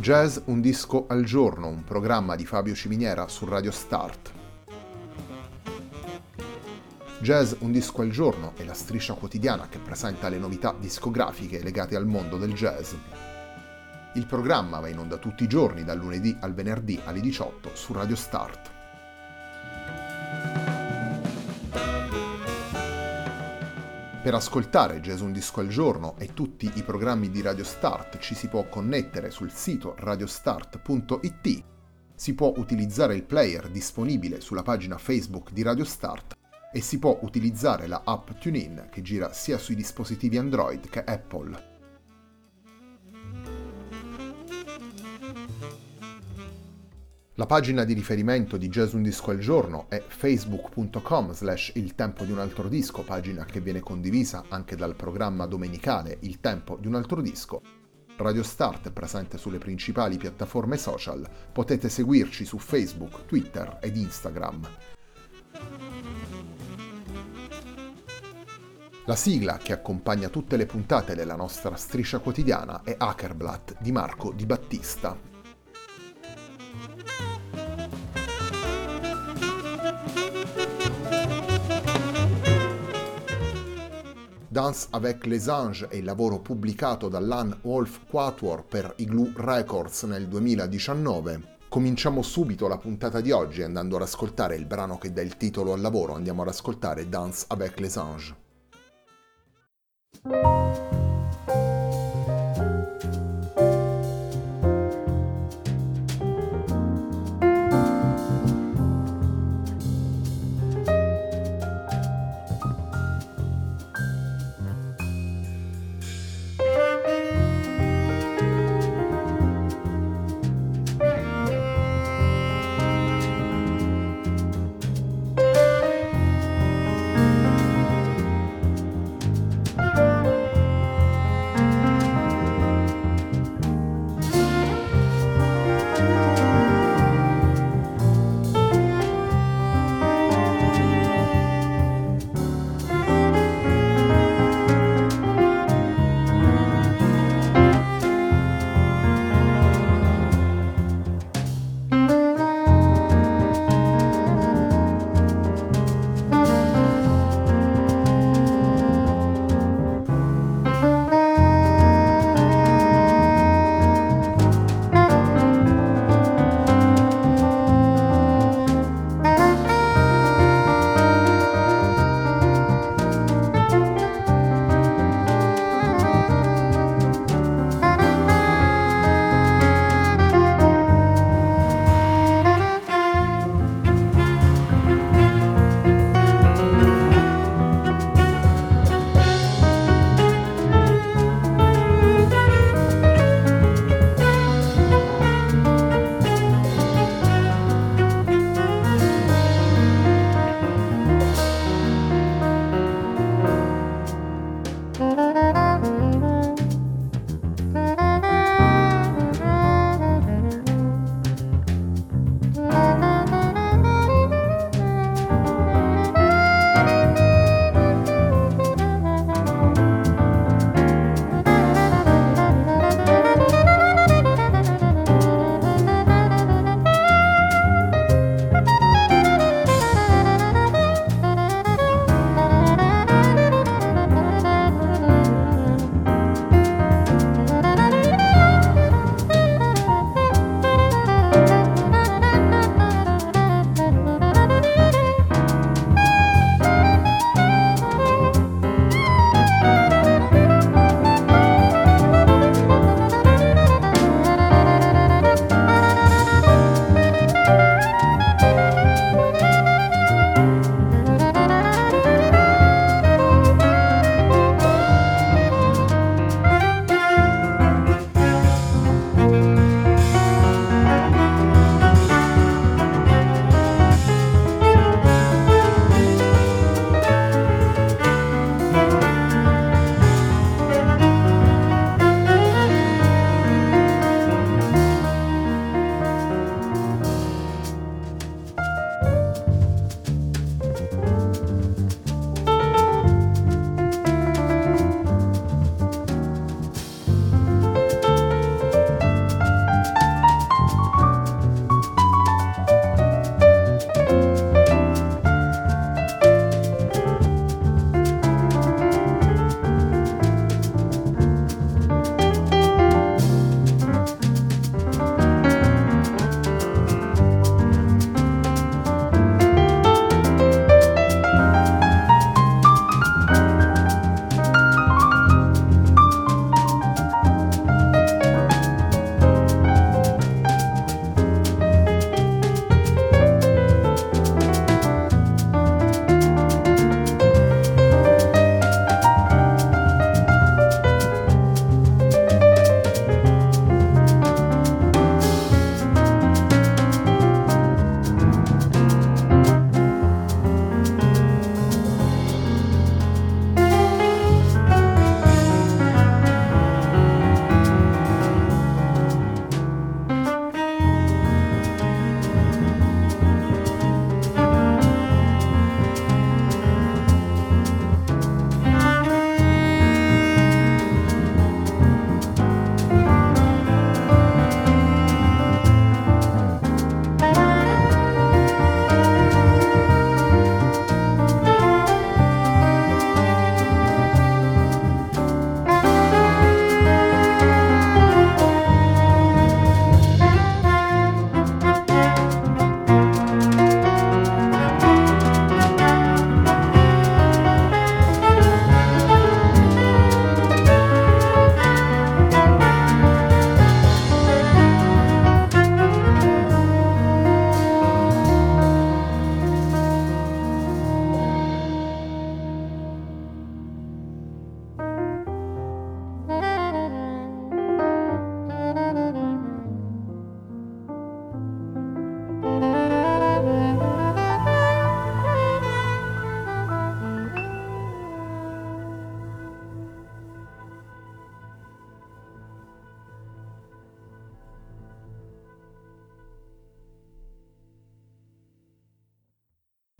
Jazz un disco al giorno, un programma di Fabio Ciminiera su Radio Start. Jazz un disco al giorno è la striscia quotidiana che presenta le novità discografiche legate al mondo del jazz. Il programma va in onda tutti i giorni dal lunedì al venerdì alle 18 su Radio Start. Per ascoltare Jazz un disco al giorno e tutti i programmi di Radio Start ci si può connettere sul sito radiostart.it, si può utilizzare il player disponibile sulla pagina Facebook di Radio Start e si può utilizzare la app TuneIn che gira sia sui dispositivi Android che Apple. La pagina di riferimento di Jazz un disco al giorno è facebook.com/Il tempo di un altro disco, pagina che viene condivisa anche dal programma domenicale Il tempo di un altro disco. Radio Start è presente sulle principali piattaforme social, potete seguirci su Facebook, Twitter ed Instagram. La sigla che accompagna tutte le puntate della nostra striscia quotidiana è Hackerblatt di Marco Di Battista. Danse avec les anges è il lavoro pubblicato dall'Anne Wolf Quatuor per Igloo Records nel 2019. Cominciamo subito la puntata di oggi andando ad ascoltare il brano che dà il titolo al lavoro. Andiamo ad ascoltare Danse avec les anges.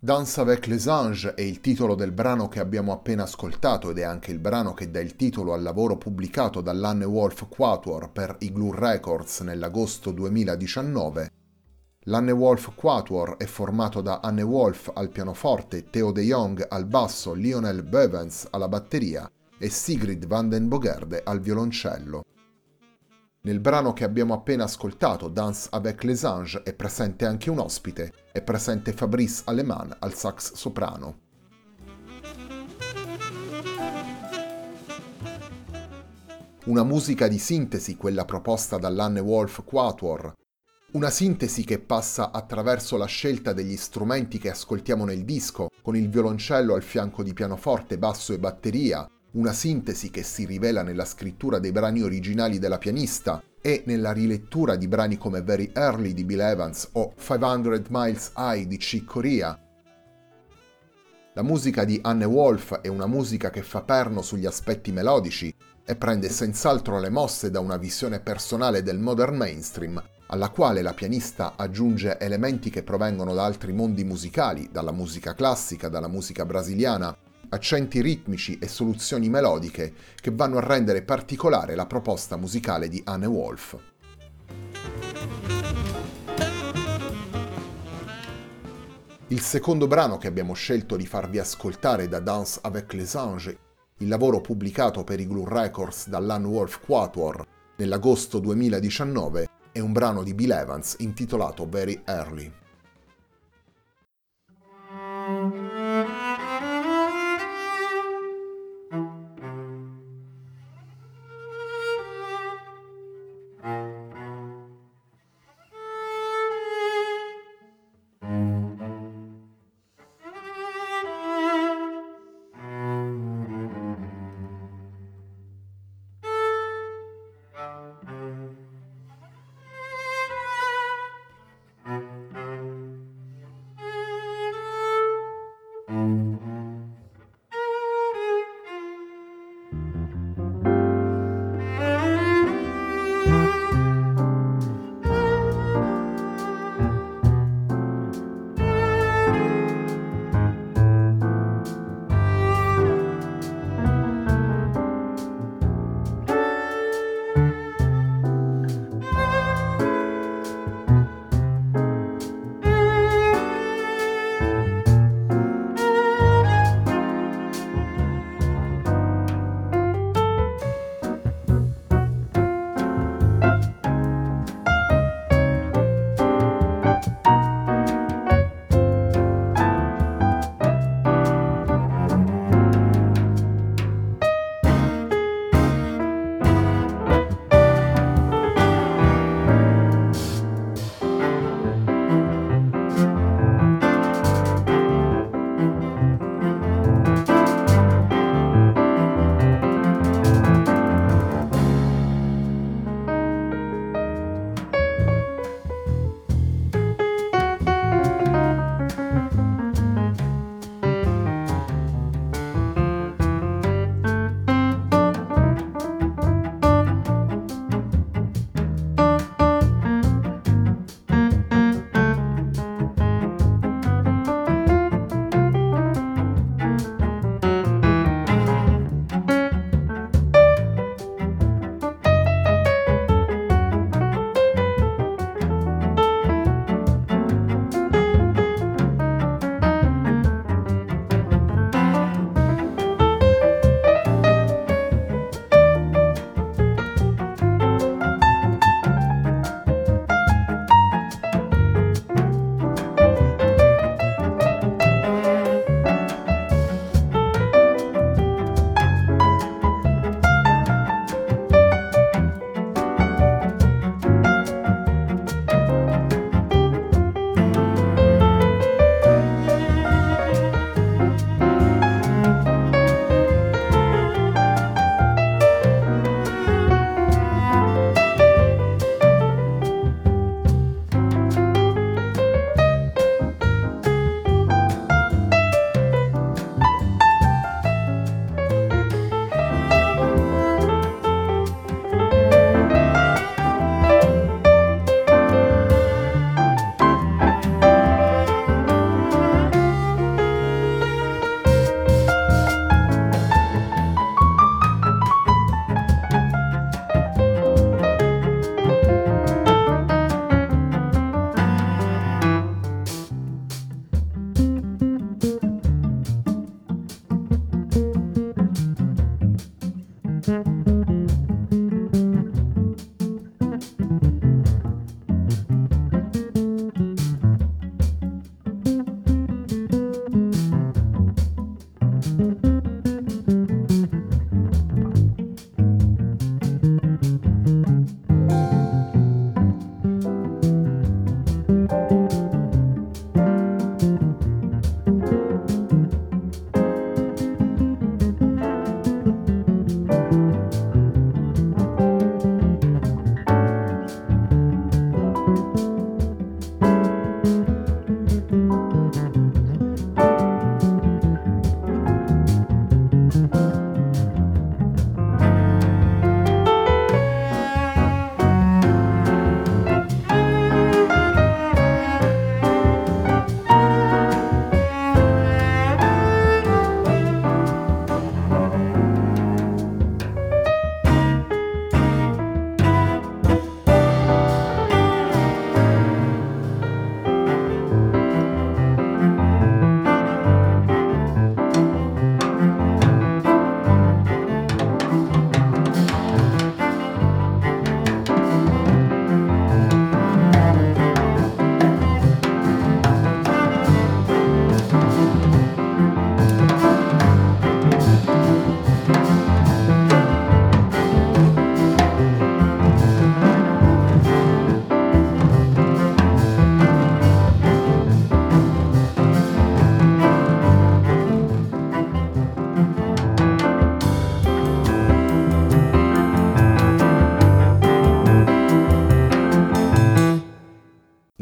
Danse avec les anges è il titolo del brano che abbiamo appena ascoltato ed è anche il brano che dà il titolo al lavoro pubblicato dall'Anne Wolf Quatuor per Igloo Records nell'agosto 2019. L'Anne Wolf Quatuor è formato da Anne Wolf al pianoforte, Theo de Jong al basso, Lionel Bevens alla batteria e Sigrid van den Bogerde al violoncello. Nel brano che abbiamo appena ascoltato, Danse avec les anges, è presente anche un ospite, è presente Fabrice Aleman al sax soprano. Una musica di sintesi, quella proposta dall'Anne Wolf Quatuor. Una sintesi che passa attraverso la scelta degli strumenti che ascoltiamo nel disco, con il violoncello al fianco di pianoforte, basso e batteria, una sintesi che si rivela nella scrittura dei brani originali della pianista e nella rilettura di brani come Very Early di Bill Evans o 500 Miles High di Chick Corea. La musica di Anne Wolf è una musica che fa perno sugli aspetti melodici e prende senz'altro le mosse da una visione personale del modern mainstream, alla quale la pianista aggiunge elementi che provengono da altri mondi musicali, dalla musica classica, dalla musica brasiliana, accenti ritmici e soluzioni melodiche che vanno a rendere particolare la proposta musicale di Anne Wolf. Il secondo brano che abbiamo scelto di farvi ascoltare da Danse avec les anges, il lavoro pubblicato per Igloo Records dall'Anne Wolf Quatuor nell'agosto 2019, è un brano di Bill Evans intitolato Very Early.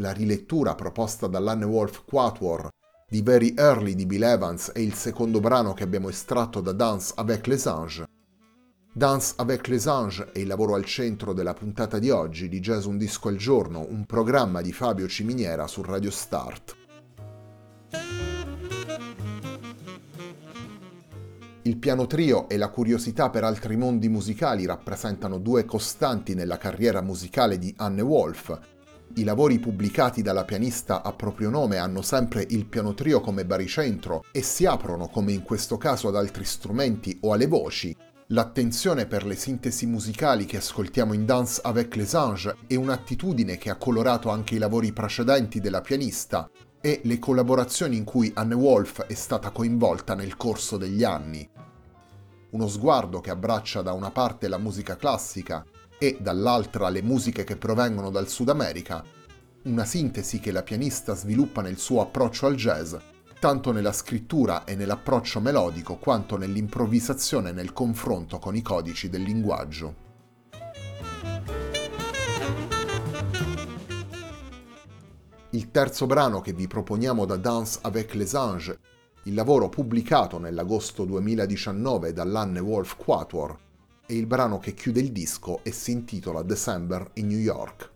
la rilettura proposta dall'Anne Wolf Quatuor di Very Early di Bill Evans è il secondo brano che abbiamo estratto da Danse avec les anges. Danse avec les anges è il lavoro al centro della puntata di oggi di Jazz Un Disco al Giorno, un programma di Fabio Ciminiera su Radio Start. Il piano trio e la curiosità per altri mondi musicali rappresentano due costanti nella carriera musicale di Anne Wolf. I lavori pubblicati dalla pianista a proprio nome hanno sempre il piano trio come baricentro e si aprono, come in questo caso, ad altri strumenti o alle voci. L'attenzione per le sintesi musicali che ascoltiamo in Danse avec les anges è un'attitudine che ha colorato anche i lavori precedenti della pianista e le collaborazioni in cui Anne Wolf è stata coinvolta nel corso degli anni. Uno sguardo che abbraccia da una parte la musica classica e dall'altra le musiche che provengono dal Sud America, una sintesi che la pianista sviluppa nel suo approccio al jazz, tanto nella scrittura e nell'approccio melodico quanto nell'improvvisazione e nel confronto con i codici del linguaggio. Il terzo brano che vi proponiamo da Danse avec les anges, il lavoro pubblicato nell'agosto 2019 dall'Anne Wolf Quatuor, è il brano che chiude il disco e si intitola December in New York.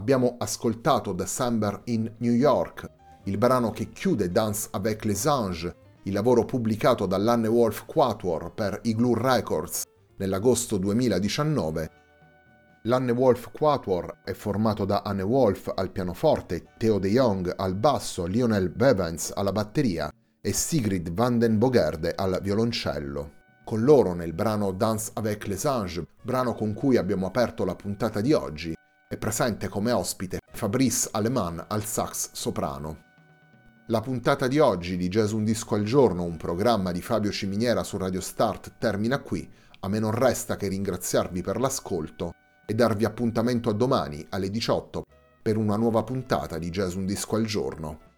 Abbiamo ascoltato December in New York, il brano che chiude Danse avec les anges, il lavoro pubblicato dall'Anne Wolf Quatuor per Igloo Records nell'agosto 2019. L'Anne Wolf Quatuor è formato da Anne Wolf al pianoforte, Theo de Jong al basso, Lionel Bevans alla batteria e Sigrid van den Bogerde al violoncello. Con loro nel brano Danse avec les anges, brano con cui abbiamo aperto la puntata di oggi, è presente come ospite Fabrice Aleman al sax soprano. La puntata di oggi di Jazz Un Disco al Giorno, un programma di Fabio Ciminiera su Radio Start, termina qui. A me non resta che ringraziarvi per l'ascolto e darvi appuntamento a domani alle 18 per una nuova puntata di Jazz Un Disco al Giorno.